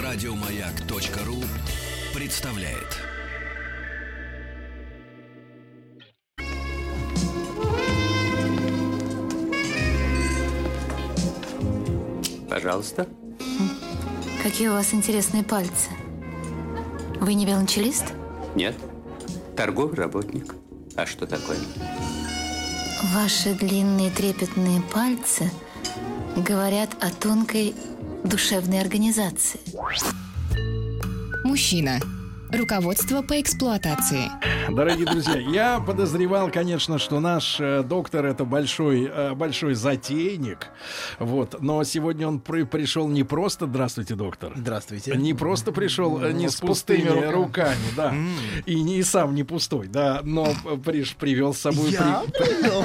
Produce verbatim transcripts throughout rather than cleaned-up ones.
Радиомаяк.ру представляет. Пожалуйста. Какие у вас интересные пальцы. Вы не велончелист? Нет. Торговый работник. А что такое? Ваши длинные трепетные пальцы говорят о тонкой душевной организации. Мужчина. Руководство по эксплуатации. Дорогие друзья, я подозревал, конечно, что наш э, доктор это большой, э, большой затейник. Вот. Но сегодня он при, пришел не просто. Здравствуйте, доктор. Здравствуйте. Не просто пришел, э, не с с пустыми, пустыми руками, руками да. Mm. И, не, и сам не пустой, да. Но приш, привел с собой. Я при... привел.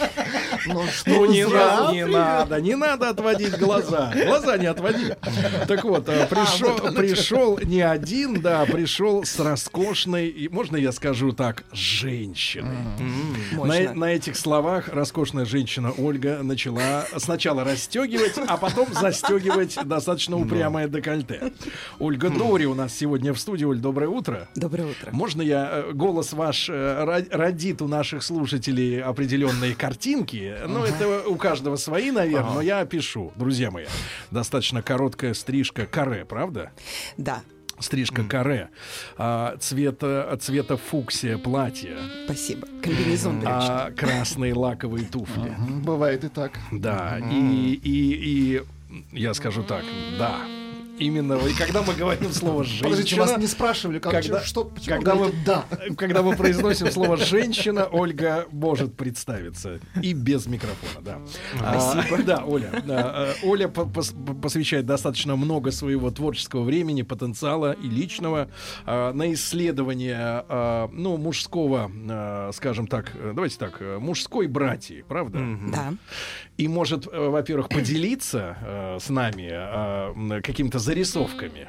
Ну не надо, не надо, не надо отводить глаза. Глаза не отводи. Так вот, пришел, пришел не один, да, пришел с роскошной, можно я скажу так, женщиной. Mm-hmm. На, на этих словах роскошная женщина Ольга начала сначала расстегивать, а потом застегивать достаточно упрямое декольте. Ольга Дори у нас сегодня в студии. Оль, доброе утро. Доброе утро. Можно я, голос ваш родит у наших слушателей определенные картинки? Uh-huh. Ну, это у каждого свои, наверное, uh-huh. но я опишу. Друзья мои, достаточно короткая стрижка каре, правда? Да. Стрижка каре, а, цвета, цвета фуксия платья. Спасибо. Комбинезон а, красные лаковые туфли. Uh-huh. Бывает и так. Да, uh-huh. и, и, и я скажу так, да. Именно, и когда мы говорим слово «женщина». Подождите, вас не спрашивали, как, когда, что, почему когда, мы, да. когда мы произносим слово «женщина», Ольга может представиться. И без микрофона, да. Спасибо. А, да, Оля. Да, Оля пос, посвящает достаточно много своего творческого времени, потенциала и личного а, на исследование а, ну, мужского, а, скажем так, давайте так, мужской братьи, правда? Да. И может, во-первых, поделиться а, с нами а, каким-то зарисовками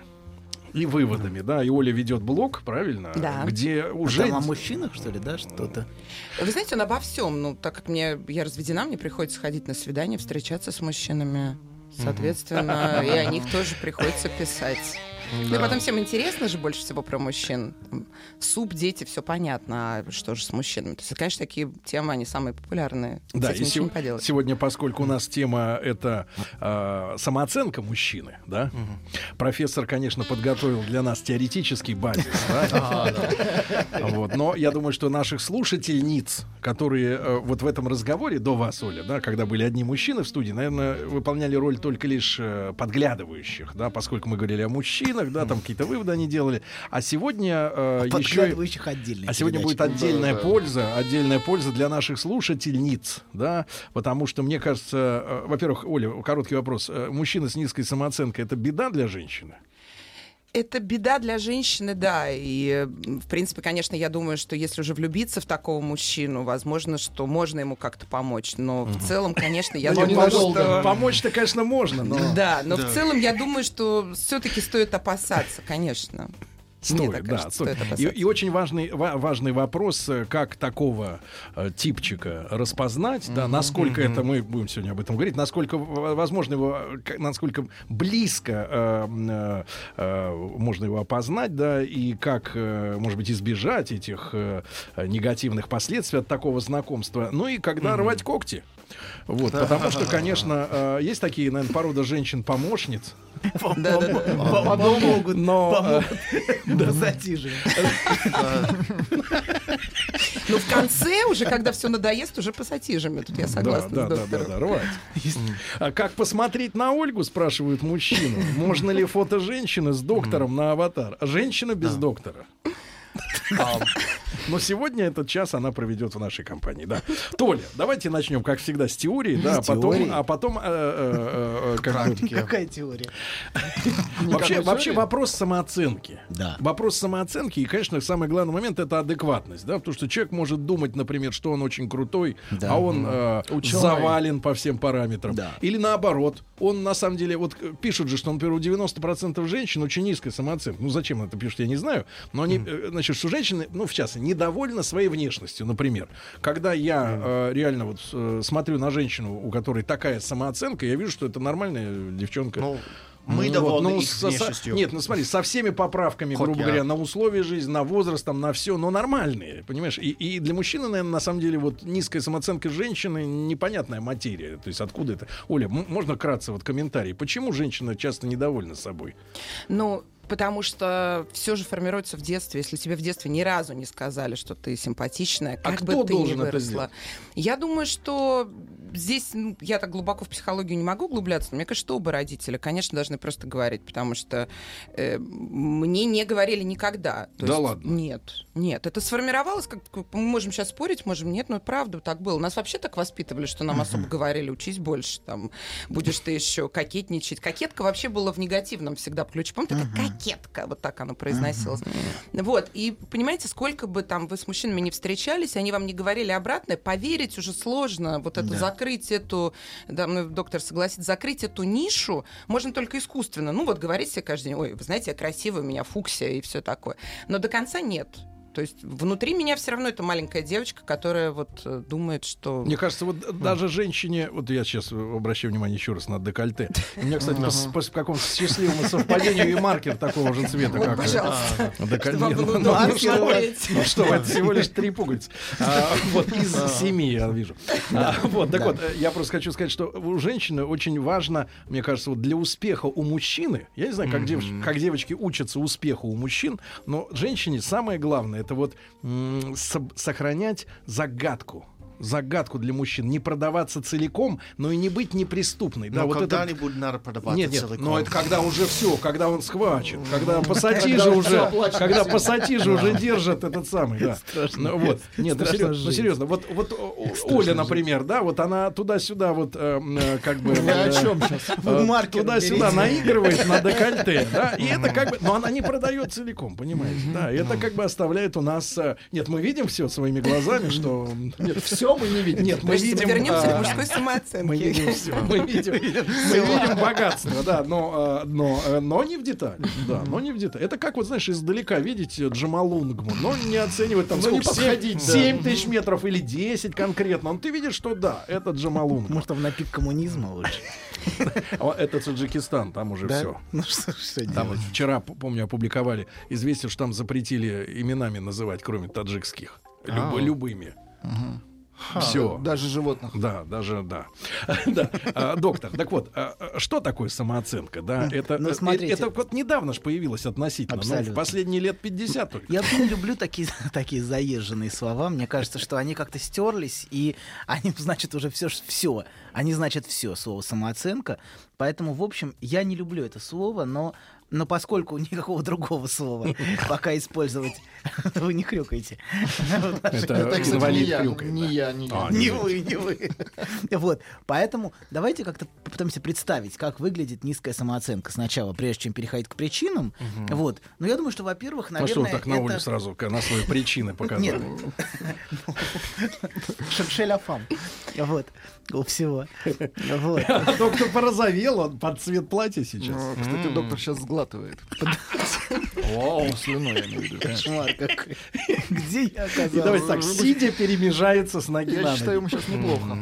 и выводами, да, и Оля ведет блог, правильно? Да. Где уже... А там о мужчинах, что ли, да, что-то? Вы знаете, он обо всем. Ну, так как мне, я разведена, мне приходится ходить на свидания, встречаться с мужчинами. Соответственно, и о них тоже приходится писать. Ну и потом всем интересно же больше всего про мужчин. Суп, дети, все понятно. А что же с мужчинами? То есть, конечно, такие темы, они самые популярные. Да, с этим и ничего сего- не поделать. сегодня, поскольку у нас тема это э, самооценка мужчины, да, угу. профессор, конечно, подготовил для нас теоретический базис, да? Вот, но я думаю, что наших слушательниц, которые э, вот в этом разговоре до вас, Оля, да, когда были одни мужчины в студии, наверное, выполняли роль только лишь э, подглядывающих, да, поскольку мы говорили о мужчинах, да, там какие-то выводы они делали. А сегодня э, еще... отдельные А сегодня будет отдельная да, польза, да. отдельная польза для наших слушательниц, да, потому что, мне кажется, э, во-первых, Оля, короткий вопрос. Э, мужчина с низкой самооценкой — это беда для женщины? Это беда для женщины, да. И, в принципе, конечно, я думаю, что если уже влюбиться в такого мужчину, возможно, что можно ему как-то помочь. Но в целом, конечно, я думаю, что... Помочь-то, конечно, можно, но... Да, но в целом я думаю, что все-таки стоит опасаться, конечно. Стоит, да, стоит. И, и очень важный, ва- важный вопрос, как такого э, типчика распознать, mm-hmm. да, насколько mm-hmm. это, мы будем сегодня об этом говорить, насколько возможно его, насколько близко э, э, можно его опознать, да, и как, э, может быть, избежать этих э, негативных последствий от такого знакомства. Ну и когда mm-hmm. рвать когти. Вот, потому что, конечно, э, есть такие, наверное, порода женщин-помощниц. Помогут, но пассатижи. Ну, в конце уже, когда все надоест, уже пассатижами. Тут я согласна с доктором. Да, да, да, рвать. А как посмотреть на Ольгу, спрашивают мужчину. Можно ли фото женщины с доктором на аватар? А женщина без доктора? Но сегодня этот час она проведет в нашей компании, да. Толя, давайте начнем, как всегда, с теории, да, а потом, а потом э, э, э, как бы... Какая теория? Вообще, вообще вопрос самооценки. Да. Вопрос самооценки, и, конечно, самый главный момент — это адекватность, да, потому что человек может думать, например, что он очень крутой, да. а он э, завален по всем параметрам. Да. Или наоборот, он на самом деле, вот пишут же, что, например, у девяносто процентов женщин очень низкая самооценка. Ну, зачем это пишут, я не знаю, но они, mm. значит, что женщины, ну, в частности, недовольны своей внешностью, например. Когда я mm. э, реально вот э, смотрю на женщину, у которой такая самооценка, я вижу, что это нормальная девчонка. Ну, Мы Ну, довольны вот, ну, их со- со- внешностью. Нет, ну смотри, со всеми поправками, Хоть грубо я. говоря, на условия жизни, на возраст, там, на все, но нормальные, понимаешь? И, и для мужчины, наверное, на самом деле, вот низкая самооценка женщины непонятная материя. То есть откуда это? Оля, м- можно кратко вот комментарий? Почему женщина часто недовольна собой? Ну, потому что все же формируется в детстве. Если тебе в детстве ни разу не сказали, что ты симпатичная, А как кто бы ты ни должен это выросла. сделать? Я думаю, что здесь, ну, я так глубоко в психологию не могу углубляться, но мне кажется, что оба родителя, конечно, должны просто говорить, потому что э, мне не говорили никогда. То Да есть, ладно? Нет, нет. Это сформировалось, как мы можем сейчас спорить, можем нет, но правда так было. Нас вообще так воспитывали, что нам особо говорили, учись больше, там, будешь ты еще кокетничать. Кокетка вообще была в негативном всегда ключе. Помните, такая кокетка, вот так оно произносилось. Вот, и понимаете, сколько бы там вы с мужчинами не встречались, они вам не говорили обратное, поверить уже сложно, вот это закрыть эту, да, ну, доктор согласится, закрыть эту нишу можно только искусственно. Ну вот говорить себе каждый день, ой, вы знаете, я красивая, у меня фуксия и все такое. Но до конца нет. То есть внутри меня все равно это маленькая девочка, которая вот э, думает, что... Мне кажется, вот даже женщине, вот я сейчас обращаю внимание еще раз на декольте. У меня, кстати, по, по, по какому-то счастливому совпадению и маркер такого же цвета, Вот, как пожалуйста. декольте. Чтобы вам было Ну, удобно ну, что, смотреть. ну что, это всего лишь три пуговицы. А, вот из семи, я вижу. А, вот, так вот, я просто хочу сказать, что у женщины очень важно, мне кажется, вот для успеха у мужчины, я не знаю, как, девочки, как девочки учатся успеху у мужчин, но женщине самое главное, это вот м, со- сохранять загадку. Загадку для мужчин. Не продаваться целиком, но и не быть неприступной. Да, Но вот это... когда-нибудь надо продаваться Нет, нет, целиком. но это когда уже все, когда он схвачен, когда пассатижи уже, когда пассатижи уже держат этот самый, да. Ну, вот. Нет, ну, серьезно, ну, серьезно, вот, вот о- Оля, например, да, вот она туда-сюда вот э, э, как бы Вы о э, чем сейчас? э, Маркер туда-сюда берите. наигрывает на декольте, да, и это как бы, но она не продает целиком, понимаете, да, и это как бы оставляет у нас, э, нет, мы видим все своими глазами, что нет, все мы не видим, нет, мы Подождите, видим, вернемся а, к мужской самооценке. мы видим все, мы видим, мы видим богатство, да, но, э, но, э, но не в деталях, да, но не в деталях. Это как вот, знаешь, издалека видеть э, Джамалунгму, но не оценивать там сколько, семь тысяч метров или десять конкретно, но ты видишь, что да, это Джамалунгма. Может, там на пик коммунизма лучше. А это Таджикистан, там уже Да? все. Ну что, что Там вот делать? вчера, п- помню, опубликовали известие, что там запретили именами называть, кроме таджикских. Люб- А. любыми. Все. Даже животных. Да, даже да. Да. А, доктор, так вот, а, а, что такое самооценка? Да, это, Ну, э, смотрите. это вот недавно ж появилось относительно, но в Абсолютно. последние лет пятьдесят только. Я очень люблю такие, такие заезженные слова. Мне кажется, что они как-то стерлись, и они значат уже все, все. Они значат все, слово самооценка. Поэтому, в общем, я не люблю это слово, но, но поскольку никакого другого слова пока использовать... Вы не хрюкаете. Это инвалид хрюкает, не да. я, не я. А, Не вы, не вы. Вот. Поэтому давайте как-то попытаемся представить, как выглядит низкая самооценка сначала, прежде чем переходить к причинам. Вот. Но я думаю, что, во-первых, Ну что наверное, вы так на Олю это... сразу к- на свои причины показали? Нет. Шершеляфам. Вот. У всего. Вот. Доктор порозовел, он под цвет платья сейчас. Ну, Кстати, доктор сейчас сглатывает. Вау. Слюной, я имею в виду. Кошмар какой. Где я И давайте оказался? так, сидя перемежается с ноги на Я считаю, ему ноги. сейчас неплохо.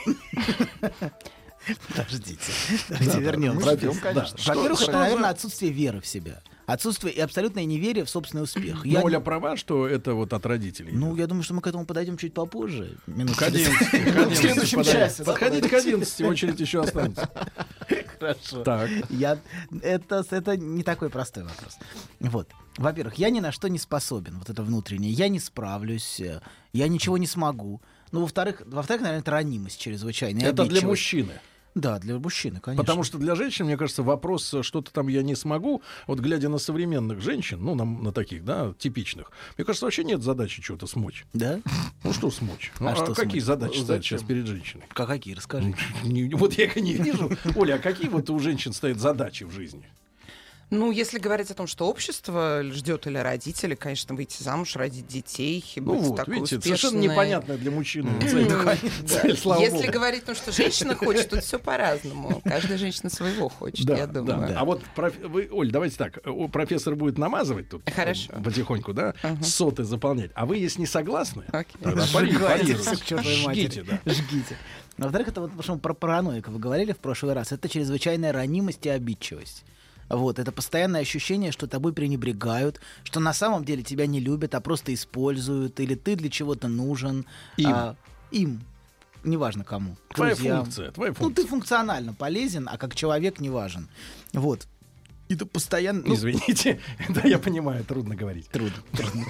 Подождите. Давайте вернемся. Мы ждем, конечно. Во-первых, что это, за- наверное, отсутствие веры в себя. Отсутствие и абсолютное неверие в собственный успех. Я Но Оля не- права, что это вот от родителей. Ну, я думаю, что мы к этому подойдем чуть попозже. Минут К через- одиннадцати. к одиннадцати следующем подойдем. часе, да, Подходите к одиннадцати, очередь еще останется. Хорошо. Так. Я... Это, это не такой простой вопрос. Вот. Во-первых, я ни на что не способен. Вот это внутреннее. Я не справлюсь. э, Я ничего не смогу. Ну, во-вторых, во-вторых, наверное, это ранимость чрезвычайная. Это для обидчивость. мужчины. Да, для мужчины, конечно. Потому что для женщин, мне кажется, вопрос, что-то там я не смогу, вот глядя на современных женщин, ну, на, на таких, да, типичных, мне кажется, вообще нет задачи что-то смочь. Да? Ну, что смочь? Ну, А а что какие смочь? задачи стоят Зачем? сейчас перед женщиной? Как какие? Расскажи. Не- вот я их и не вижу. Оля, а какие вот у женщин стоят задачи в жизни? Ну, если говорить о том, что общество ждет или родители, конечно, выйти замуж, родить детей, и Ну быть вот, такой видите, успешной. совершенно непонятная для мужчины М, цель. да. Цель, слава Если богу. говорить о том, что женщина хочет, тут все по-разному. Каждая женщина своего хочет, Да, я да, думаю. да. А вот, проф- вы, Оль, давайте так. о, Профессор будет намазывать тут Хорошо. э, потихоньку, да, Ага. соты заполнять. А вы, если не согласны, Окей. тогда пари- Сжигайте парируйте. всё к чёртовой матери. Жгите, да. Жгите. Но, во-вторых, это вот потому что мы про параноика вы говорили в прошлый раз. Это чрезвычайная ранимость и обидчивость. Вот, это постоянное ощущение, что тобой пренебрегают, что на самом деле тебя не любят, а просто используют, или ты для чего-то нужен. Им. а, им. Неважно кому. Твоя Друзьям. функция, твоя Ну, функция. ты функционально полезен, а как человек не важен. Вот. И ты постоянно... ну, Извините, да, я понимаю, трудно говорить. Трудно. трудно.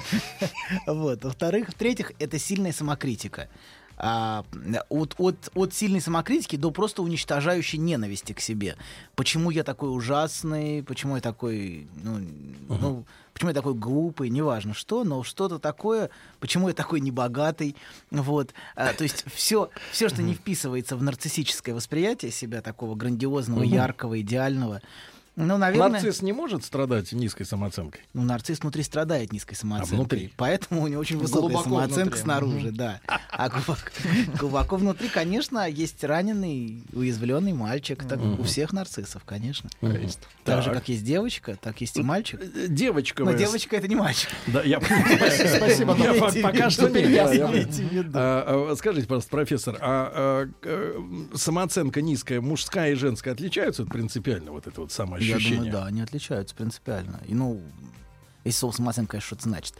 Вот. Во-вторых, в-третьих, это сильная самокритика. А, от, от, от сильной самокритики до просто уничтожающей ненависти к себе. Почему я такой ужасный, почему я такой, ну, uh-huh. ну, почему я такой глупый, неважно что, но что-то такое, почему я такой небогатый. Вот. А, то есть все, все, что uh-huh. не вписывается в нарциссическое восприятие себя, такого грандиозного, uh-huh. яркого, идеального. Ну, наверное... Нарцисс не может страдать низкой самооценкой? Ну, нарцисс внутри страдает низкой самооценкой. А внутри? Поэтому у него очень высокая Глубоко самооценка внутри. снаружи, да. А глубоко, глубоко внутри, конечно, есть раненый, уязвленный мальчик. Так у всех нарциссов, конечно. Так же, как есть девочка, так есть и мальчик. Девочка. Но вы- девочка — это не мальчик. Да, я Спасибо. Я Имейте в пока виду, что не ясно, я- имейте в виду. А, а, Скажите, пожалуйста, профессор, а, а, э, самооценка низкая, мужская и женская отличаются принципиально, вот это вот Я самоощущение? думаю, да, они отличаются принципиально. И, ну, если слово самооценка, конечно, что-то значит.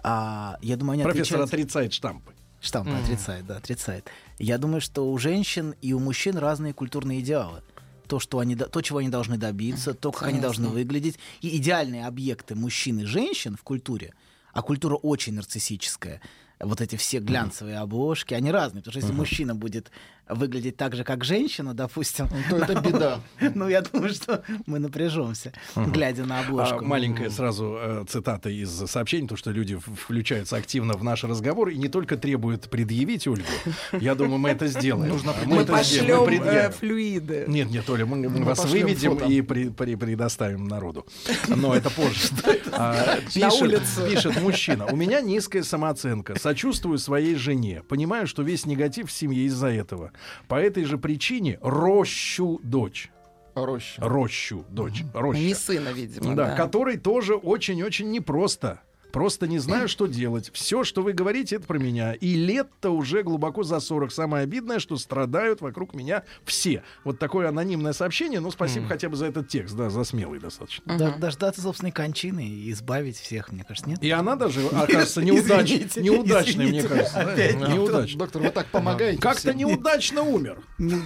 А, я думаю, они Профессор отличаются... отрицает штампы. Штамп отрицает, да, отрицает. Я думаю, что у женщин и у мужчин разные культурные идеалы. То, что они, до- то, чего они должны добиться, то, как они должны выглядеть. И идеальные объекты мужчин и женщин в культуре, а культура очень нарциссическая, вот эти все глянцевые обложки, они разные. Потому что если мужчина будет выглядеть так же, как женщина, допустим, То это беда. ну, я думаю, что мы напряжемся, глядя на А, обложку. маленькая сразу э, цитата из сообщений, то, что люди в- включаются активно в наш разговор и не только требуют предъявить Ольгу. Я думаю, мы это сделаем. Нужно Мы это сделаем, мы пошлем э, предъявим. флюиды. Нет, нет, Оля, мы, мы Мы вас пошлем выведем фото. и при- при- предоставим народу. Но это позже. А, На пишет- улицу. Пишет мужчина. У меня низкая самооценка. Сочувствую своей жене. Понимаю, что весь негатив в семье из-за этого. По этой же причине рощу дочь. Роща. Рощу дочь. Роща. Не сына, видимо. Да, Да. который тоже очень-очень непросто. Просто не знаю, что делать. Все, что вы говорите, это про меня. И лет-то уже глубоко за сорок. Самое обидное, что страдают вокруг меня все. Вот такое анонимное сообщение. Ну, спасибо хотя бы за этот текст. Да, за смелый достаточно. Д- Дождаться собственной кончины и избавить всех, мне кажется, нет? И она даже, окажется, неудач... Извините, неудачной, мне извините. кажется. да? Опять Неудачной. Доктор, вы так помогаете Как-то всем. неудачно умер.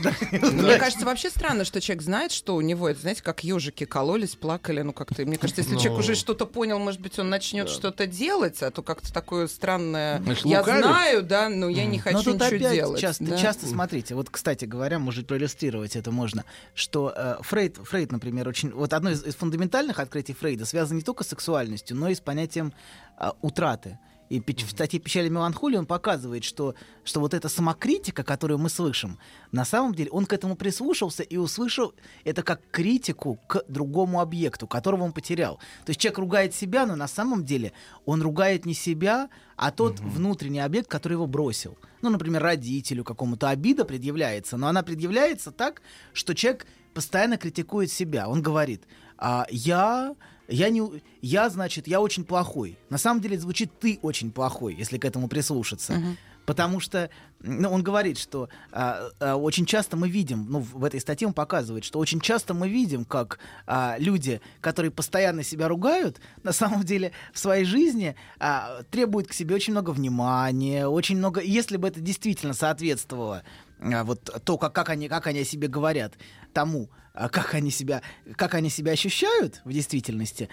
Мне кажется, вообще странно, что человек знает, что у него это, знаете, как ежики кололись, плакали, ну как-то. Мне кажется, если человек уже что-то понял, может быть, он начнет что-то делать, а то как-то такое странное. Значит, Я лукавит? знаю, да, но я не хочу Но тут ничего опять делать. часто, да. часто смотрите, вот, кстати говоря, может проиллюстрировать это можно, что э, Фрейд, Фрейд, например, очень... Вот одно из, из фундаментальных открытий Фрейда связано не только с сексуальностью, но и с понятием э, утраты. И печ- в статье «Печаль и меланхолия» он показывает, что, что вот эта самокритика, которую мы слышим, на самом деле он к этому прислушался и услышал это как критику к другому объекту, которого он потерял. То есть человек ругает себя, но на самом деле он ругает не себя, а тот внутренний объект, который его бросил. Ну, например, родителю какому-то обида предъявляется, но она предъявляется так, что человек постоянно критикует себя. Он говорит, а, я... Я, не, я, значит, я очень плохой. На самом деле звучит «ты очень плохой», если к этому прислушаться. Мгм. Потому что ну, он говорит, что а, а, очень часто мы видим, ну, в этой статье он показывает, что очень часто мы видим, как а, люди, которые постоянно себя ругают, на самом деле в своей жизни а, требуют к себе очень много внимания, очень много... Если бы это действительно соответствовало а, вот то, как, как, они, как они о себе говорят, тому, а, как они себя, как они себя ощущают в действительности,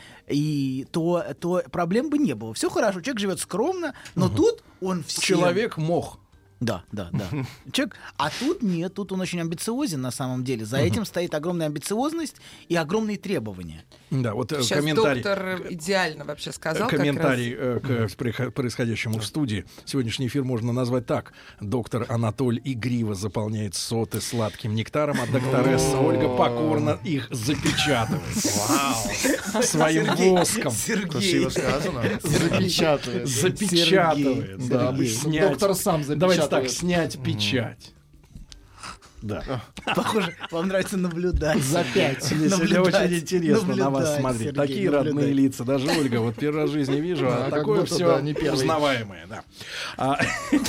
и то, то проблем бы не было. Все хорошо, человек живет скромно, но тут он всем... Человек мох. Да, да, да. Человек, а тут нет, тут он очень амбициозен на самом деле. За этим стоит огромная амбициозность и огромные требования. Да, вот э, Сейчас комментарий. доктор идеально вообще сказал. Комментарий как э, раз. к прихо- происходящему в студии. Сегодняшний эфир можно назвать так. Доктор Анатоль игриво заполняет соты сладким нектаром, а докторесса Ольга покорно их запечатывает. Вау! Своим воском. Красиво сказано. Запечатывает. Запечатывает. Да, Снять. доктор сам Давайте запечатывает. так, снять печать. Да. Похоже, вам нравится наблюдать. За пять. Мне сегодня Наблюдать, очень интересно на вас наблюдать, смотреть. Сергей, Такие наблюдать. родные лица. Даже Ольга, вот первый раз в жизни вижу, а Да, как такое будто, все да, не первый. узнаваемое. Да. А,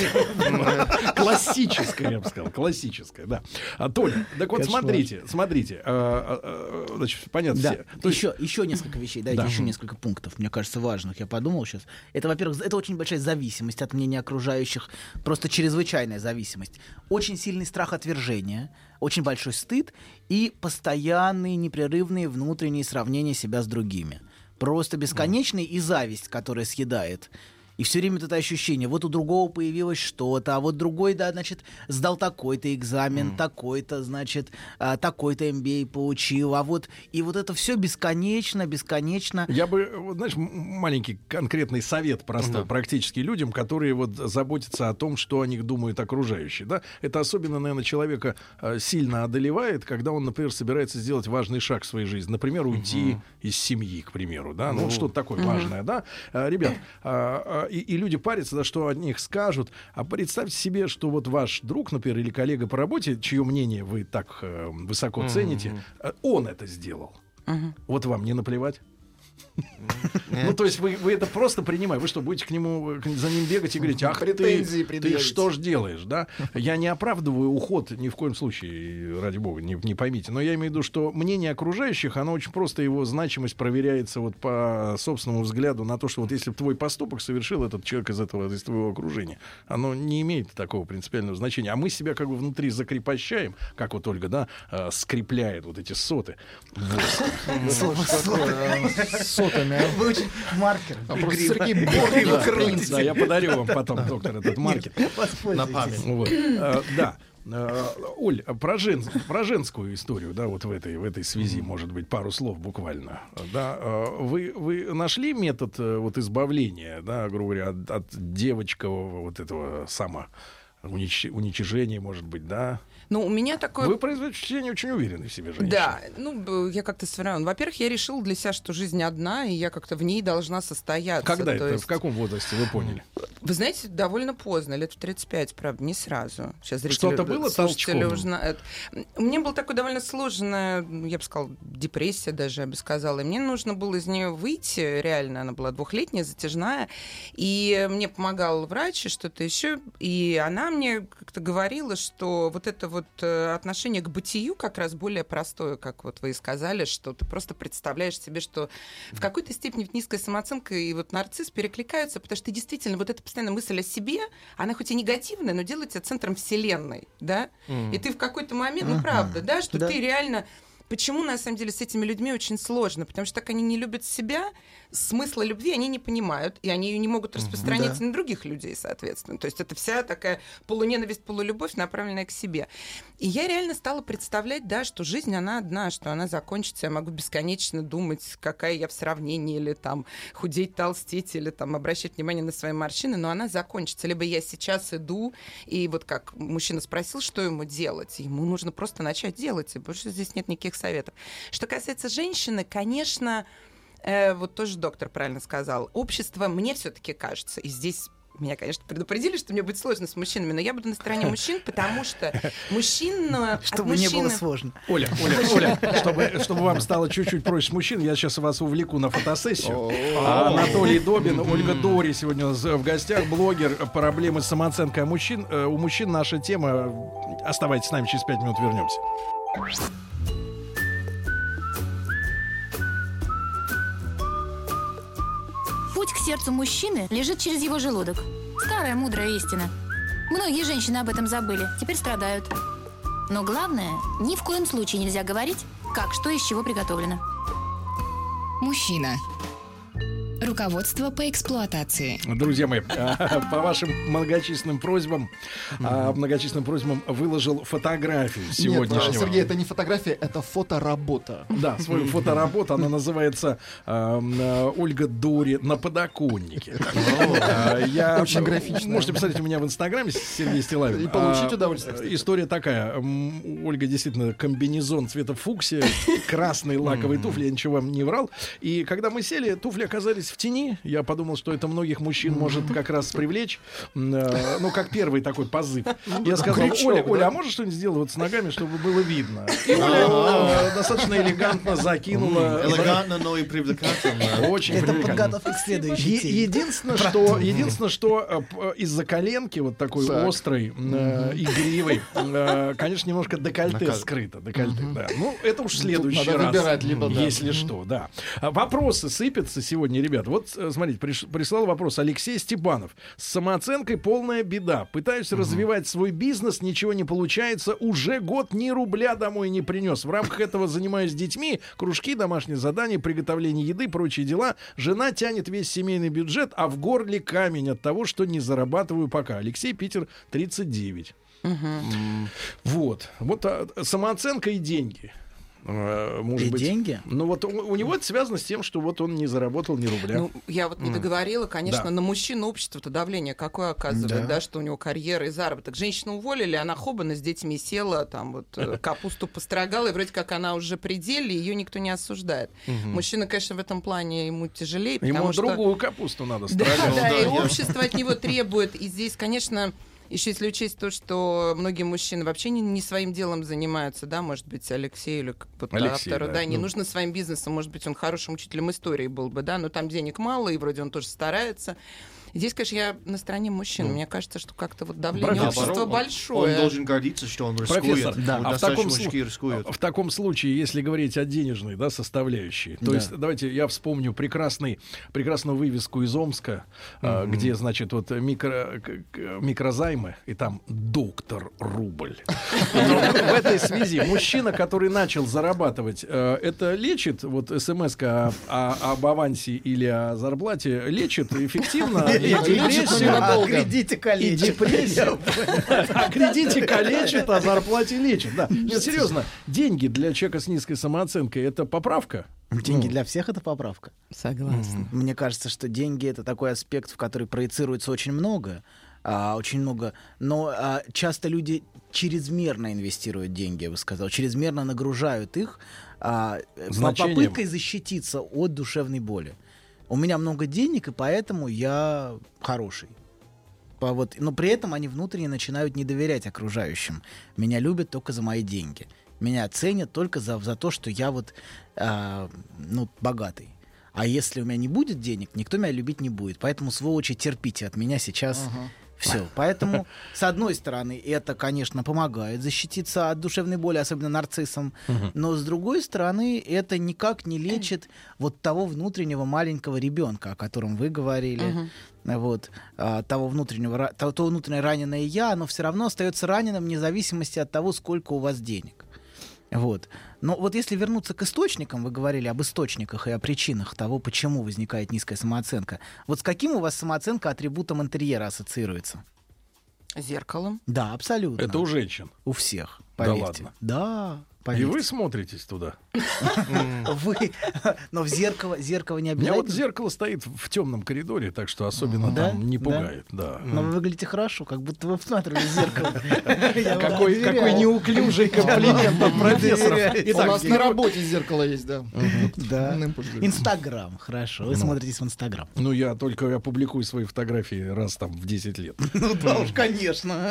классическое, я бы сказал. Классическое, да. А, Толя, так вот Кошмар. смотрите, смотрите. а, а, а, Значит, понятно. Да, все. То есть- еще, еще несколько вещей, дайте Да. еще несколько пунктов, мне кажется, важных. Я подумал сейчас. Это, во-первых, это очень большая зависимость от мнения окружающих, просто чрезвычайная зависимость. Очень сильный страх отвержения, очень большой стыд и постоянные непрерывные внутренние сравнения себя с другими. Просто бесконечный и зависть, которая съедает. И все время вот это ощущение, вот у другого появилось что-то, а вот другой, да, значит, сдал такой-то экзамен, mm. такой-то, значит, а, такой-то эм би эй получил, а вот, и вот это все бесконечно, бесконечно. Я бы, вот, знаешь, м- маленький конкретный совет простой, Да. практически людям, которые вот заботятся о том, что о них думают окружающие. Да? Это особенно, наверное, человека э, сильно одолевает, когда он, например, собирается сделать важный шаг в своей жизни. Например, уйти Мгм. из семьи, к примеру. Да? Ну, Ну. что-то такое Мгм. важное. Да? А, ребят, а, а, и, и люди парятся, да, что о них скажут. А представьте себе, что вот ваш друг, например, или коллега по работе, чье мнение вы так э, высоко Мгм. цените, э, он это сделал. Мгм. Вот вам не наплевать? Ну, то есть вы, вы это просто принимаете. Вы что, будете к нему, к- за ним бегать и говорить, ах ты, Претензии ты предъявить. что ж делаешь, да? Я не оправдываю уход ни в коем случае, ради бога, не, не поймите. Но я имею в виду, что мнение окружающих, оно очень просто, его значимость проверяется вот по собственному взгляду на то, что вот если бы твой поступок совершил этот человек из этого, из твоего окружения, оно не имеет такого принципиального значения. А мы себя как бы внутри закрепощаем, как вот Ольга, да, э, скрепляет вот эти соты. С сотами. а? Вы очень маркер. А просто Игриво. Сергей Борг, Игриво да. крутите. Да, я подарю вам потом, доктор, этот маркер. На память. Вот. Э, Да. Э, Оль, про, жен, про женскую историю, да, вот в этой, в этой связи, может быть, пару слов буквально. Да, э, вы, вы нашли метод э, вот избавления, да, грубо говоря, от, от девочкового вот этого самоуничижения, может быть, да? Ну, у меня такое... Вы производите впечатление очень уверенной в себе женщины. Да, ну, б- я как-то сверяю. Во-первых, я решила для себя, что жизнь одна, и я как-то в ней должна состояться. Когда То это, есть, в каком возрасте вы поняли? Вы знаете, довольно поздно, лет в тридцать пять, правда, не сразу. Сейчас зрители, Что-то было слушатели толчком? узнают. У меня была такая довольно сложная, я бы сказала, депрессия даже, я бы сказала. И мне нужно было из нее выйти, реально, она была двухлетняя, затяжная. И мне помогал врач и что-то еще. И она мне как-то говорила, что вот это вот э, отношение к бытию как раз более простое, как вот вы и сказали, что ты просто представляешь себе, что в какой-то степени низкая самооценка и вот нарцисс перекликаются, потому что ты действительно, вот эта постоянная мысль о себе, она хоть и негативная, но делает тебя центром вселенной, да? Мгм. И ты в какой-то момент, ну правда, да, что Да. ты реально... Почему, на самом деле, с этими людьми очень сложно? Потому что так они не любят себя, смысла любви они не понимают, и они ее не могут распространять Да. на других людей, соответственно. То есть это вся такая полуненависть, полулюбовь, направленная к себе. И я реально стала представлять, да, что жизнь, она одна, что она закончится. Я могу бесконечно думать, какая я в сравнении, или там худеть, толстеть, или там обращать внимание на свои морщины, но она закончится. Либо я сейчас иду, и вот как мужчина спросил, что ему делать, ему нужно просто начать делать, и больше здесь нет никаких советов. Что касается женщины, конечно, э, вот тоже доктор правильно сказал, общество, мне все-таки кажется, и здесь меня, конечно, предупредили, что мне будет сложно с мужчинами, но я буду на стороне мужчин, потому что мужчина... Чтобы от не было мужчины- сложно. Оля, Оля, Оля, чтобы, чтобы вам стало чуть-чуть проще с мужчин, я сейчас вас увлеку на фотосессию. А Анатолий Добин, Ольга Дори сегодня у нас в гостях, блогер, проблемы с самооценкой мужчин. Э, У мужчин наша тема. Оставайтесь с нами, через пять минут вернемся. Путь к сердцу мужчины лежит через его желудок. Старая мудрая истина. Многие женщины об этом забыли, теперь страдают. Но главное, ни в коем случае нельзя говорить, как, что, из чего приготовлено. Мужчина. Руководство по эксплуатации. Друзья мои, по вашим многочисленным просьбам, многочисленным просьбам выложил фотографию сегодняшнего. Нет, Сергей, это не фотография, это фоторабота. Да, свою фотоработу. Она называется э, «Ольга Дури на подоконнике». Я, Очень графично. Можете посмотреть у меня в Инстаграме, Сергей Стилавин. И получить удовольствие. История такая. Ольга действительно комбинезон цвета фуксия, красные лаковые туфли, я ничего вам не врал. И когда мы сели, туфли оказались в тени. Я подумал, что это многих мужчин может как раз привлечь. Ну, как первый такой позыв. Я сказал: Оля, Оля, а можешь что-нибудь сделать вот с ногами, чтобы было видно? И Оля достаточно элегантно закинула. Элегантно, но и привлекательно. Очень Это привлекательно. подготовка к следующей теме. Единственное, что, единственное, что э, из-за коленки вот такой Так. острой, э, игривой, э, конечно, немножко декольте Наказ- скрыто. Декольте, да. Ну, это уж в следующий надо раз. выбирать, либо да. Если что, да. А вопросы сыпятся сегодня, ребят. Вот, э, смотрите, приш- прислал вопрос Алексей Степанов. С самооценкой полная беда. Пытаюсь развивать свой бизнес, ничего не получается. Уже год ни рубля домой не принес. В рамках этого занимаюсь с детьми, кружки, домашние задания, приготовление еды, прочие дела. Жена тянет весь семейный бюджет, а в горле камень от того, что не зарабатываю пока. Алексей, Питер, тридцать девять. Вот. Вот а, самооценка и деньги. А, может И быть. деньги? Ну вот у, у него это связано с тем, что вот он не заработал ни рубля. Ну, я вот не договорила, конечно, Да. на мужчину общество-то давление какое оказывает, да. что у него карьера и заработок. Женщину уволили, она хобана с детьми села, там вот э, капусту построгала, и вроде как она уже при деле, ее никто не осуждает. Мужчина, конечно, в этом плане ему тяжелее, потому Ему что... другую капусту надо Да, строгать. да, и я- общество от него требует. И здесь, конечно, еще если учесть то, что многие мужчины вообще не, не своим делом занимаются, да, может быть, Алексей или как- вот Алексей, автору, да, да, не ну. нужно своим бизнесом, может быть, он хорошим учителем истории был бы, да, но там денег мало, и вроде он тоже старается. Здесь, конечно, я на стороне мужчин. Мне кажется, что как-то вот давление Профессор, общества он- большое. Он должен гордиться, что он рискует. Профессор, Вот а в достаточно таком, мужики слу- рискуют. в таком случае, если говорить о денежной, да, составляющей, то Да. есть давайте я вспомню прекрасный, прекрасную вывеску из Омска, а, где, значит, вот микро, к- к- микрозаймы, и там доктор рубль. И в этой связи мужчина, который начал зарабатывать, э, это лечит, вот смс-ка о- о- об авансе или о зарплате, лечит эффективно и депрессию, А кредите и калечит. депрессию. А кредите калечит, а зарплате лечит. Да. Нет, серьезно, деньги для человека с низкой самооценкой — это поправка? Деньги для всех — это поправка. Согласна. Мне кажется, что деньги — это такой аспект, в который проецируется очень много. а, очень много. Но а, часто люди чрезмерно инвестируют деньги, я бы сказал, чрезмерно нагружают их а, по- Значением. попыткой защититься от душевной боли. У меня много денег, и поэтому я хороший. По вот, но при этом они внутренне начинают не доверять окружающим. Меня любят только за мои деньги. Меня ценят только за, за то, что я вот а, ну, богатый. А если у меня не будет денег, никто меня любить не будет. Поэтому, сволочи, терпите от меня сейчас все. Поэтому, с одной стороны, это, конечно, помогает защититься от душевной боли, особенно нарциссам. Но, с другой стороны, это никак не лечит вот того внутреннего маленького ребенка, о котором вы говорили. Вот, а, того внутреннего, ра- того, то внутреннее раненое я, оно все равно остается раненым вне зависимости от того, сколько у вас денег. Вот. Но вот если вернуться к источникам, вы говорили об источниках и о причинах того, почему возникает низкая самооценка. Вот с каким у вас самооценка атрибутом интерьера ассоциируется? Зеркалом. Да, абсолютно. Это у женщин. У всех, Да поверьте. ладно? Да, И поверьте. вы смотритесь туда. Вы... Но в зеркало, зеркало не У меня обязательно. вот зеркало стоит в темном коридоре, так что особенно Да? там не Да? пугает. Да. Но вы выглядите хорошо, как будто вы всматривались в зеркало. Я вам Какой, доверяю. какой неуклюжий комплимент от профессоров. доверяю. У Итак, нас на работе зеркало есть, да. Да. На импульс. Инстаграм, хорошо. Вы смотритесь в Инстаграм. ну я только опубликую свои фотографии раз там в десять лет. Ну да уж, конечно.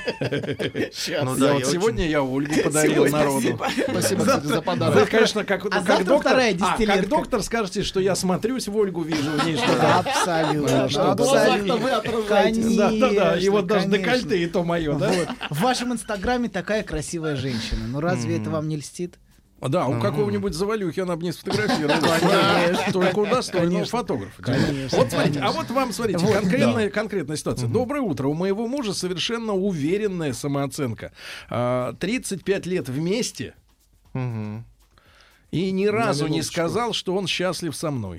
Ну Я да, вот я сегодня я Ольгу подарил народу. Спасибо, кстати, за Вы, подарок. конечно, как, ну, А как завтра доктор, вторая а, как десятилетка. доктор скажете, что я смотрюсь в Ольгу, вижу в ней что-то. Абсолютно. что, А глазах-то вы Абсолютно. отражаетесь. Да, да, да. И вот даже Конечно, декольте и то мое, да? Вот. В вашем инстаграме такая красивая женщина. Ну разве это вам не льстит? Да, у какого-нибудь завалюхи она бы не сфотографировала. Только у достойного фотографа. Конечно. Вот смотрите, а вот вам, смотрите, Вот, конкретная, конкретная ситуация. Доброе утро. У моего мужа совершенно уверенная самооценка. А, тридцать пять лет вместе. И ни разу не сказал, что он счастлив со мной.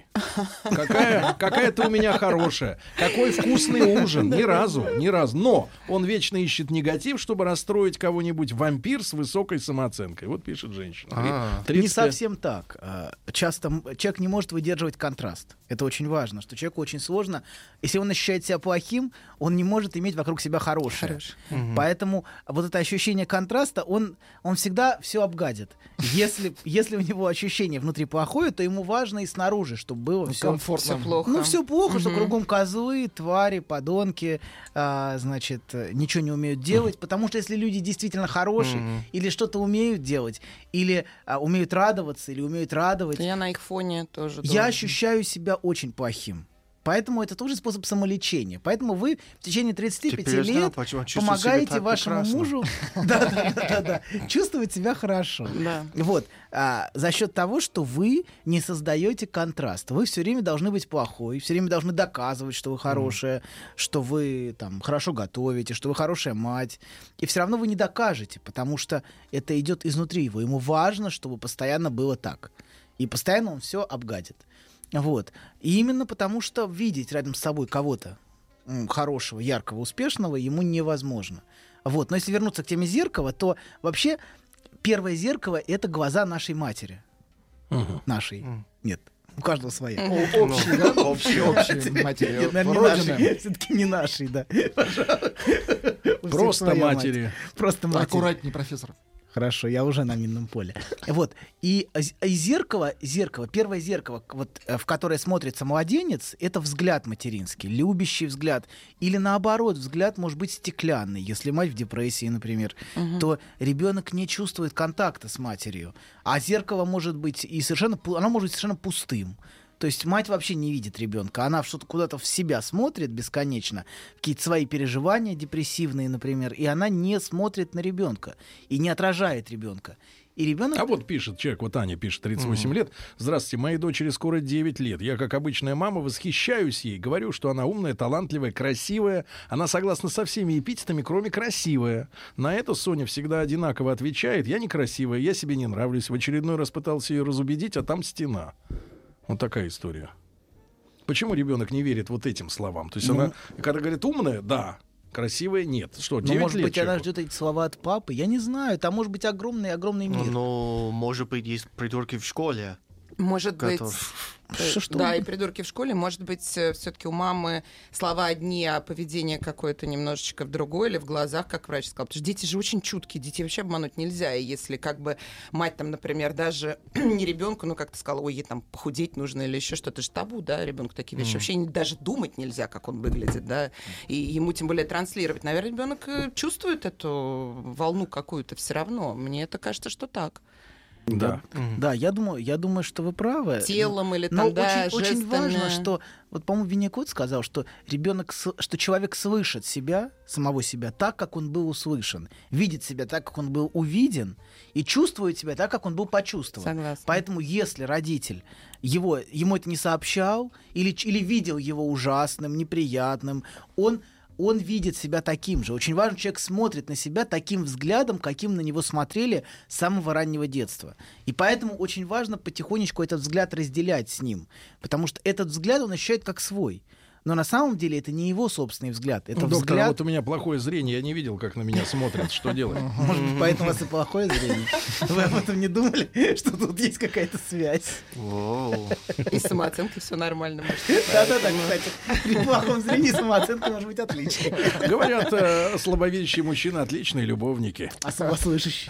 Какая, какая ты у меня хорошая. Какой вкусный ужин. Ни разу, ни разу. Но он вечно ищет негатив, чтобы расстроить кого-нибудь. Вампир с высокой самооценкой. Вот пишет женщина. А. Не совсем так. А, Часто м- человек не может выдерживать контраст. Это очень важно, что человеку очень сложно. Если он ощущает себя плохим, он не может иметь вокруг себя хорошее. Хорошо. Поэтому вот это ощущение контраста, он, он всегда все обгадит. Если, если у него ощущение внутри плохое, то ему важно и снаружи, чтобы было все Комфортно. Все плохо. Ну, все плохо, что Мгм. кругом козлы, твари, подонки, а, значит, э, ничего не умеют делать. Потому что если люди действительно хорошие, Мгм. или что-то умеют делать, или а, умеют радоваться, или умеют радовать, Я на их фоне тоже я думаю. ощущаю себя очень плохим. Поэтому это тоже способ самолечения. Поэтому вы в течение тридцати пяти Теперь я знаю, лет почему он чувствует себя помогаете так вашему прекрасно. мужу да-да-да, чувствовать себя хорошо. Да. Вот, а, за счет того, что вы не создаете контраст. Вы все время должны быть плохой, все время должны доказывать, что вы хорошая, что вы там хорошо готовите, что вы хорошая мать. И все равно вы не докажете, потому что это идет изнутри его. Ему важно, чтобы постоянно было так. И постоянно он все обгадит. Вот. И именно потому, что видеть рядом с собой кого-то м, хорошего, яркого, успешного ему невозможно. Вот. Но если вернуться к теме зеркала, то вообще первое зеркало — это глаза нашей матери. Мгм. Нашей. Нет. У каждого своя. О- Общий, да? Общий, общий матери. Нет, наверное, не Родины. нашей. Все-таки не нашей, да. Пожалуй. У всех Просто своя мать. матери. Просто матери. Аккуратней, профессор. Хорошо, я уже на минном поле. Вот. И, а, з- и зеркало, зеркало, первое зеркало, к- вот, э, в которое смотрится младенец, это взгляд материнский, любящий взгляд. Или наоборот, взгляд может быть стеклянный. Если мать в депрессии, например, то ребенок не чувствует контакта с матерью. А зеркало может быть и совершенно, пу- оно может быть совершенно пустым. То есть мать вообще не видит ребенка, она что-то куда-то в себя смотрит бесконечно, какие-то свои переживания депрессивные, например, и она не смотрит на ребенка и не отражает ребенка. И ребенок... А вот пишет человек, вот Аня пишет, тридцать восемь лет. Здравствуйте, моей дочери скоро девять лет. Я, как обычная мама, восхищаюсь ей. Говорю, что она умная, талантливая, красивая. Она согласна со всеми эпитетами, кроме красивая. На это Соня всегда одинаково отвечает. Я некрасивая, я себе не нравлюсь. В очередной раз пытался ее разубедить, а там стена. Вот такая история. Почему ребенок не верит вот этим словам? То есть Ну, она, когда говорит умная, да, красивая, нет. Что, Ну, девять может лет быть, она человеку? ждет эти слова от папы. Я не знаю. Там может быть огромный-огромный мир. Ну, может быть, есть придурки в школе. Может быть... Готов. э, Что-что? Да, и придурки в школе. Может быть, все-таки у мамы слова одни, а поведение какое-то немножечко в другой или в глазах, как врач сказал. Потому что дети же очень чуткие, детей вообще обмануть нельзя. И если как бы мать там, например, даже не ребенку, ну как-то сказала, ой, ей там похудеть нужно или еще что-то, это же табу, да, ребенку такие вещи. Mm. Вообще не- даже думать нельзя, как он выглядит, да. И ему тем более транслировать. Наверное, ребенок э, чувствует эту волну какую-то все равно. Мне это кажется, что так. Да. Да, я думаю, я думаю, что вы правы. Телом или Но там, да, очень, очень важно, жестами. что вот, по-моему, Винникот сказал, что ребенок, с- что человек слышит себя, самого себя, так, как он был услышан, видит себя так, как он был увиден, и чувствует себя так, как он был почувствован. Согласна. Поэтому, если родитель его, ему это не сообщал или, ч- или видел его ужасным, неприятным, он он видит себя таким же. Очень важно, человек смотрит на себя таким взглядом, каким на него смотрели с самого раннего детства. И поэтому очень важно потихонечку этот взгляд разделять с ним. Потому что этот взгляд он ощущает как свой. Но на самом деле это не его собственный взгляд. Это Ну, доктор, а взгляд... вот у меня плохое зрение, я не видел, как на меня смотрят, что делать. Может быть, поэтому у вас и плохое зрение. Вы об этом не думали, что тут есть какая-то связь? Воу. И с самооценкой все нормально. может, Да-да-да, кстати. При плохом зрении самооценка может быть отличной. Говорят, э, слабовидящие мужчины отличные любовники. А слабослышащий.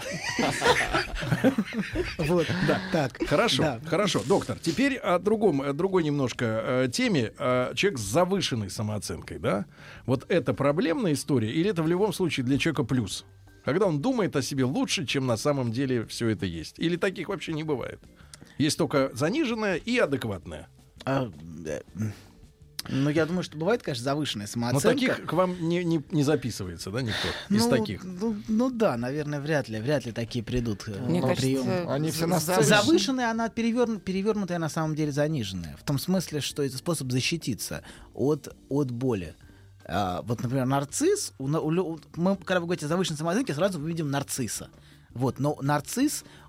Вот, да, так. Хорошо, Да. хорошо. Доктор, теперь о другом, о другой немножко э, теме. Э, человек с завышенной самооценкой, да? Вот это проблемная история или это в любом случае для человека плюс? Когда он думает о себе лучше, чем на самом деле все это есть. Или таких вообще не бывает? Есть только заниженная и адекватная. А, э, Ну, я думаю, что бывает, конечно, завышенная Но самооценка. таких к вам не, не, не записывается, да, никто из ну, таких? Ну, ну да, наверное, вряд ли, вряд ли такие придут э, Мне по кажется, приему. Они все на за- сцене. Завышенная, она переверн- перевернутая, на самом деле заниженная. В том смысле, что это способ защититься от, от боли. А, вот, например, нарцисс, у, на- у лю- мы, когда вы говорите о завышенной самооценке, сразу мы видим нарцисса. Вот, но нарцисс,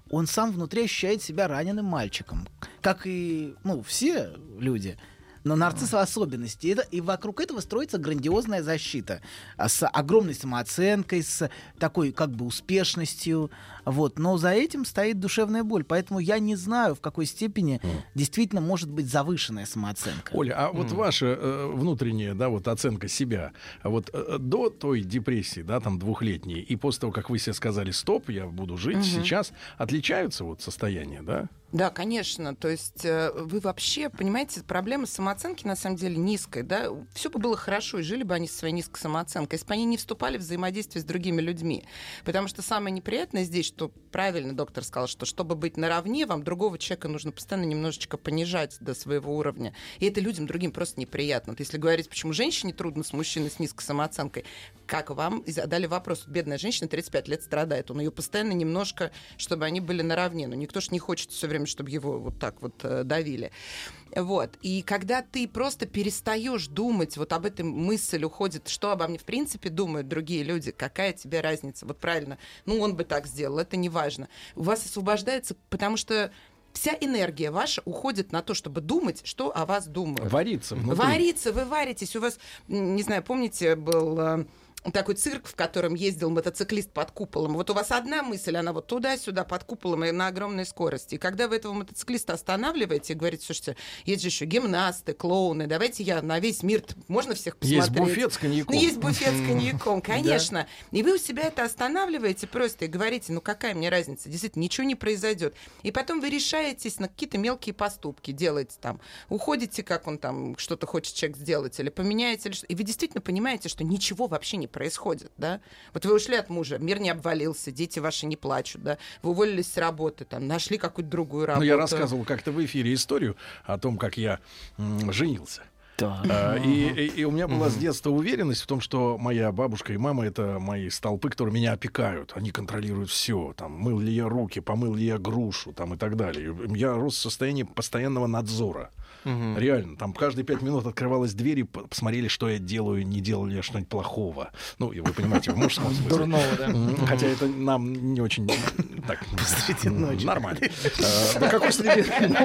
он сам внутри ощущает себя раненым мальчиком. Как и, ну, все люди. Но нарцисс в особенности. И, это, и вокруг этого строится грандиозная защита. С огромной самооценкой, с такой как бы успешностью. Вот. Но за этим стоит душевная боль. Поэтому я не знаю, в какой степени mm. действительно может быть завышенная самооценка. Оля, а mm. вот ваша э, внутренняя, да, вот оценка себя, вот э, до той депрессии, да, там двухлетней, и после того, как вы себе сказали «стоп, я буду жить mm-hmm. сейчас», отличаются вот состояния, да? Да, конечно. То есть э, вы вообще, понимаете, проблема самооценки на самом деле низкая, да? Все бы было хорошо, и жили бы они со своей низкой самооценкой, если бы они не вступали в взаимодействие с другими людьми. Потому что самое неприятное здесь, что правильно доктор сказал, что чтобы быть наравне, вам другого человека нужно постоянно немножечко понижать до своего уровня. И это людям другим просто неприятно. Вот если говорить, почему женщине трудно с мужчиной с низкой самооценкой, как вам и задали вопрос, бедная женщина тридцать пять лет страдает, он ее постоянно немножко, чтобы они были наравне. Но никто же не хочет все время, чтобы его вот так вот э, давили. Вот. И когда ты просто перестаешь думать, вот об этой мысль уходит, что обо мне в принципе думают другие люди, какая тебе разница, вот правильно, ну он бы так сделал, это не важно. У вас освобождается, потому что вся энергия ваша уходит на то, чтобы думать, что о вас думают. Вариться внутри. Вариться, вы варитесь. У вас, не знаю, помните, был такой цирк, в котором ездил мотоциклист под куполом. Вот у вас одна мысль, она вот туда-сюда под куполом и на огромной скорости. И когда вы этого мотоциклиста останавливаете и говорите, слушайте, есть же еще гимнасты, клоуны, давайте я на весь мир, можно всех посмотреть? Есть буфет с коньяком. Ну, есть буфет с коньяком, конечно. И вы у себя это останавливаете просто и говорите, ну какая мне разница, действительно, ничего не произойдет. И потом вы решаетесь на какие-то мелкие поступки, делаете там, уходите, как он там, что-то хочет человек сделать, или поменяете, или что. И вы действительно понимаете, что ничего вообще не происходит, да? Вот вы ушли от мужа, мир не обвалился, дети ваши не плачут, да? Вы уволились с работы, там, нашли какую-то другую работу. Ну, я рассказывал как-то в эфире историю о том, как я м- женился. Да. А, и, и, и у меня была с детства уверенность в том, что моя бабушка и мама — это мои столпы, которые меня опекают. Они контролируют все. Там, мыл ли я руки, помыл ли я грушу, там, и так далее. Я рос в состоянии постоянного надзора. Угу. Реально. Там каждые пять минут открывалась дверь и посмотрели, что я делаю, не делал ли я что-нибудь плохого. Ну, и вы понимаете, в мужском смысле. Дурного, да. Хотя это нам не очень так нормально. Да какой следы?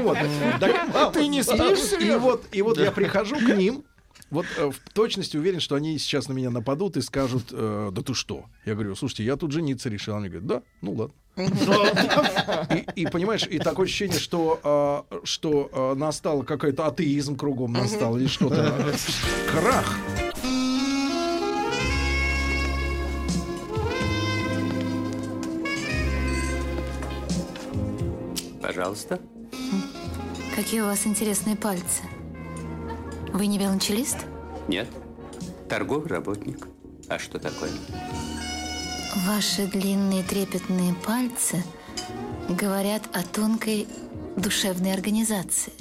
Ты не спишь? И вот, и вот я прихожу к ним, вот э, в точности уверен, что они сейчас на меня нападут и скажут, э, да ты что? Я говорю, слушайте, я тут жениться решил. Они говорят, да, ну ладно. И, и понимаешь, и такое ощущение, что, э, что э, настал какой-то атеизм кругом настал, или что-то. Крах. Пожалуйста. Какие у вас интересные пальцы. Вы не велончелист? Нет. Торговый работник. А что такое? Ваши длинные трепетные пальцы говорят о тонкой душевной организации.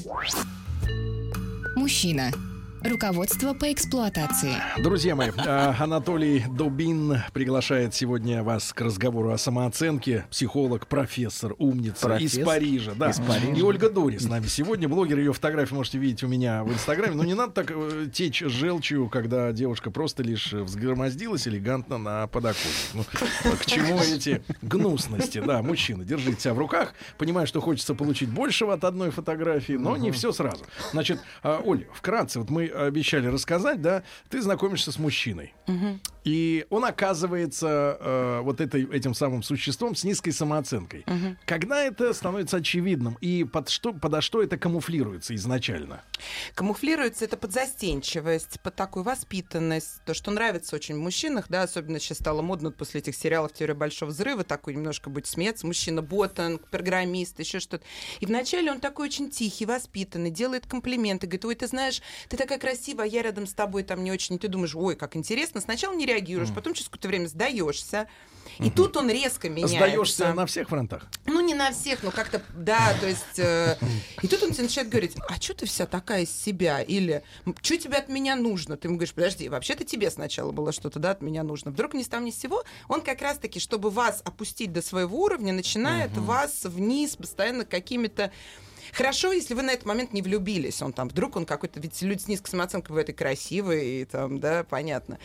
Мужчина. Руководство по эксплуатации. Друзья мои, Анатолий Дубин приглашает сегодня вас к разговору о самооценке. Психолог, профессор, умница Профессор? из Парижа. Да. Из Парижа. И Ольга Дори с нами сегодня. Блогер, ее фотографии можете видеть у меня в Инстаграме. Но не надо так э, течь желчью, когда девушка просто лишь взгромоздилась элегантно на подоконник. Ну, к чему эти гнусности? Да, мужчина, держите себя в руках. Понимаю, что хочется получить большего от одной фотографии, но не все сразу. Значит, Оль, вкратце, вот мы обещали рассказать, да, ты знакомишься с мужчиной, угу. и он оказывается э, вот этой, этим самым существом с низкой самооценкой. Угу. Когда это становится очевидным, и под что, подо что это камуфлируется изначально? Камуфлируется это под застенчивость, под такую воспитанность, то, что нравится очень в мужчинах, да, особенно сейчас стало модно после этих сериалов «Теория большого взрыва», такой немножко быть смеяться, мужчина-ботан, программист, еще что-то. И вначале он такой очень тихий, воспитанный, делает комплименты, говорит, ой, ты знаешь, ты такая красивая, я рядом с тобой там не очень, и ты думаешь, ой, как интересно, сначала не реагируешь, mm. потом через какое-то время сдаешься, и mm-hmm. тут он резко меняется. Сдаешься на всех фронтах? Ну, не на всех, но как-то, да, то есть, э, и тут он тебе начинает говорить, а что ты вся такая из себя, или что тебе от меня нужно? Ты ему говоришь, подожди, вообще-то тебе сначала было что-то, да, от меня нужно. Вдруг ни с того ни с сего, он как раз-таки, чтобы вас опустить до своего уровня, начинает mm-hmm. вас вниз постоянно какими-то. Хорошо, если вы на этот момент не влюбились. Он там, вдруг он какой-то... Ведь люди с низкой самооценкой бывают и красивые, и там, да, понятно.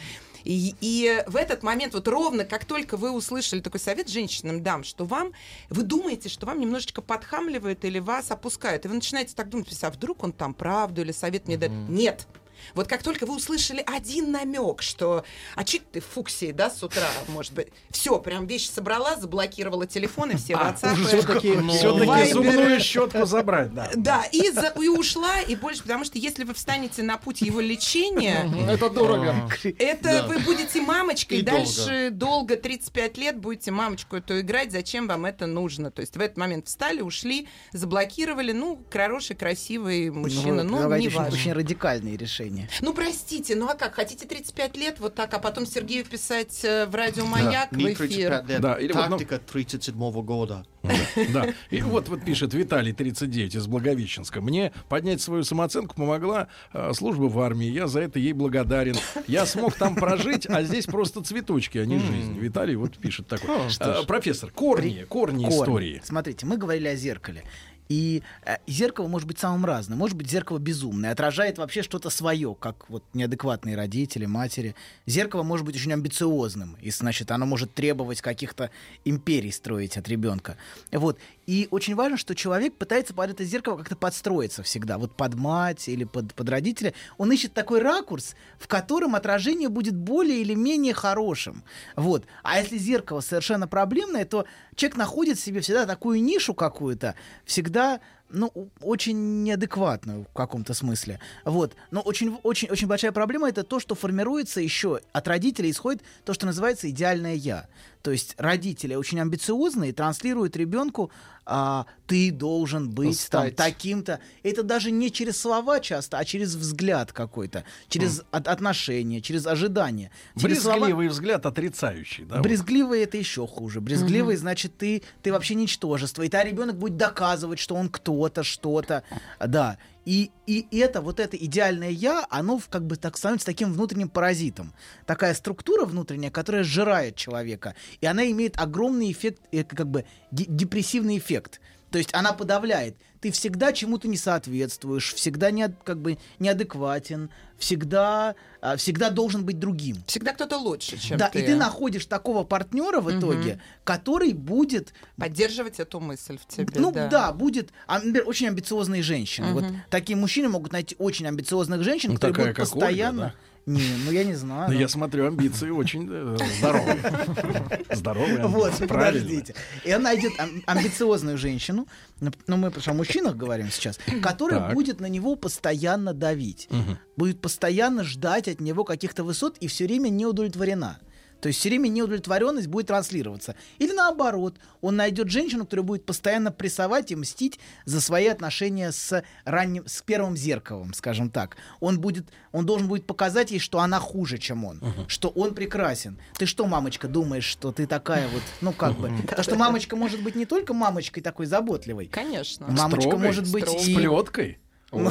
И, и в этот момент, вот ровно как только вы услышали такой совет женщинам дам, что вам, вы думаете, что вам немножечко подхамливают или вас опускают, и вы начинаете так думать, а вдруг он там правду или совет мне дает. Нет. Вот как только вы услышали один намек, что «а чё ты фуксии, да, с утра, может быть?» Все, прям вещи собрала, заблокировала телефон и все WhatsApp. Все-таки все-таки зубную щетку забрать, да. Да, и, за, и ушла, и больше, потому что если вы встанете на путь его лечения... Это дорого. Это вы будете мамочкой, дальше долго, тридцать пять лет, будете мамочку эту играть, зачем вам это нужно? То есть в этот момент встали, ушли, заблокировали, ну, хороший, красивый мужчина, ну, не важно. Очень радикальные решения. Ну, простите, ну а как? Хотите тридцать пять лет вот так, а потом Сергею писать э, в радио «Маяк» Не в эфир? тридцать пять лет. Да, или вот, ну- Тактика тридцать седьмого года. Да. И вот, вот пишет Виталий, тридцать девять, из Благовещенска. Мне поднять свою самооценку помогла э, служба в армии. Я за это ей благодарен. Я смог там прожить, а здесь просто цветочки, а не жизнь. Виталий вот пишет такой. Э, профессор, корни, корни Корни. истории. Смотрите, мы говорили о зеркале. И э, зеркало может быть самым разным. Может быть, зеркало безумное, отражает вообще что-то свое, как вот неадекватные родители, матери. Зеркало может быть очень амбициозным, и, значит, оно может требовать каких-то империй строить от ребенка. Вот. И очень важно, что человек пытается под это зеркало как-то подстроиться всегда. Вот под мать или под, под родителя. Он ищет такой ракурс, в котором отражение будет более или менее хорошим. Вот. А если зеркало совершенно проблемное, то человек находит в себе всегда такую нишу какую-то, всегда, ну, очень неадекватную в каком-то смысле. Вот. Но очень, очень, очень большая проблема — это то, что формируется еще от родителей, исходит то, что называется идеальное «я». То есть родители очень амбициозные, транслируют ребенку: а, ты должен быть там, таким-то. Это даже не через слова часто, а через взгляд какой-то, через mm. от, отношения, через ожидания. Через Брезгливый слова... взгляд отрицающий. Да, Брезгливый вот. — это еще хуже. Брезгливый, mm-hmm. значит, ты, ты вообще ничтожество. И та ребенок будет доказывать, что он кто-то, что-то. Да. И, и это, вот это идеальное «я», оно как бы так становится таким внутренним паразитом. Такая структура внутренняя, которая сжирает человека. И она имеет огромный эффект, как бы депрессивный эффект. То есть она подавляет. Ты всегда чему-то не соответствуешь, всегда не, как бы, неадекватен, всегда, всегда должен быть другим. Всегда кто-то лучше, чем да, ты. И ты находишь такого партнера в итоге, угу. который будет... поддерживать эту мысль в тебе. Ну да, да будет. Например, очень амбициозные женщины. Угу. Вот такие мужчины могут найти очень амбициозных женщин, ну, которые будут постоянно... Ольга, да? Не, ну я не знаю. Но но... я смотрю, амбиции очень э, здоровые. Здоровые амбиции. Вот, подождите. И он найдет амбициозную женщину, ну мы о мужчинах говорим сейчас, которая будет на него постоянно давить. Будет постоянно ждать от него каких-то высот и все время не удовлетворена. То есть все время неудовлетворенность будет транслироваться. Или наоборот, он найдет женщину, которая будет постоянно прессовать и мстить за свои отношения с ранним, с первым зеркалом, скажем так. Он будет, он должен будет показать ей, что она хуже, чем он, uh-huh. что он прекрасен. Ты что, мамочка, думаешь, что ты такая вот, ну как бы, потому что мамочка может быть не только мамочкой такой заботливой. Конечно. Мамочка может быть и... с плеткой. Ну,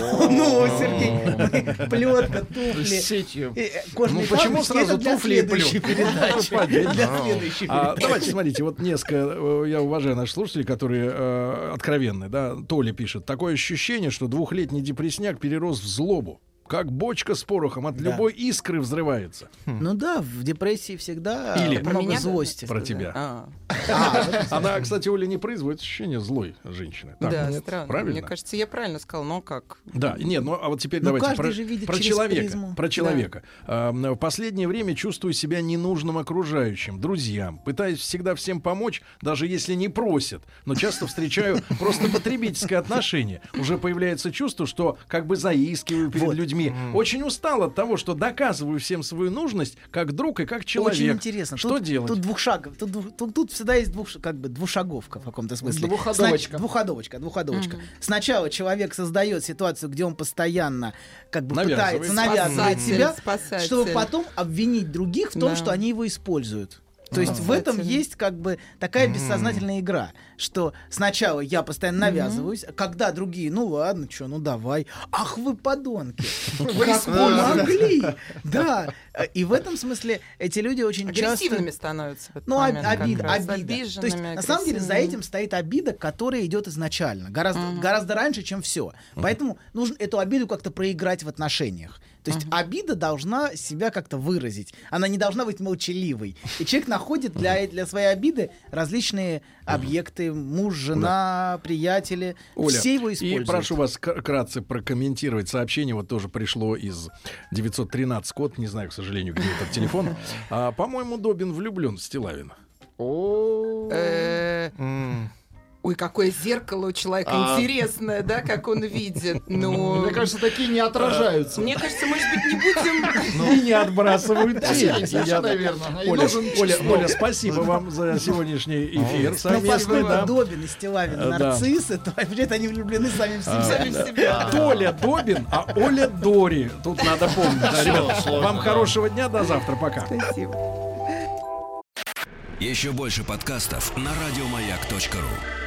Сергей, плетка, туфли. Сетью. Ну, почему сразу туфли и плетка? Для следующей передачи. Давайте, смотрите, вот несколько, я уважаю наших слушателей, которые откровенны, да. Толя пишет: такое ощущение, что двухлетний депресняк перерос в злобу. Как бочка с порохом, от да. любой искры взрывается. Ну да, в депрессии всегда Или много меня, злости. Про тебя. А. А, она, кстати, Оля не производит ощущение злой женщины. Так, да, нет? Странно. Правильно? Мне кажется, я правильно сказал, но как? Да, нет, ну а вот теперь ну, давайте про, про человека. Призму. Про человека. Да. А, в последнее время чувствую себя ненужным окружающим, друзьям. Пытаюсь всегда всем помочь, даже если не просят. Но часто встречаю просто потребительское отношение. Уже появляется чувство, что как бы заискиваю перед людьми. Очень устал от того, что доказываю всем свою нужность как друг и как человек. Очень интересно. Что тут, делать? Тут двух шагов. Тут, тут, тут всегда есть двух, как бы двушаговка в каком-то смысле. Двуходовочка. Сна... Двуходовочка. Двуходовочка. Угу. Сначала человек создает ситуацию, где он постоянно как бы пытается навязывать себя, спасатель. Чтобы потом обвинить других в том, да. что они его используют. То есть в этом есть как бы такая бессознательная игра, что сначала я постоянно навязываюсь, а когда другие, ну ладно, что, ну давай, ах вы подонки, как вы могли, да. И в этом смысле эти люди очень часто... агрессивными становятся. Ну, обида, обида. То есть на самом деле за этим стоит обида, которая идет изначально, гораздо, гораздо раньше, чем все. Поэтому нужно эту обиду как-то проиграть в отношениях. То есть uh-huh. обида должна себя как-то выразить. Она не должна быть молчаливой. И человек находит для, для своей обиды различные объекты. Муж, жена, да. приятели. Оля, все его используют. И прошу вас кратко прокомментировать сообщение. Вот тоже пришло из девятьсот тринадцать код. Не знаю, к сожалению, где этот телефон. А, по-моему, Добин влюблен в Стилавина. Ой, какое зеркало у человека а... интересное, да, как он видит. Ну... Мне кажется, такие не отражаются. Мне кажется, может быть, не будем... И не отбрасывают тень. Совершенно верно. Оля, спасибо вам за сегодняшний эфир. Поскольку Добин и Стилавин нарциссы, то вообще-то они влюблены сами в себя. Толя Добин, а Оля Дори. Тут надо помнить. Ребят, вам хорошего дня, до завтра, пока. Спасибо. Еще больше подкастов на радиомаяк точка ру.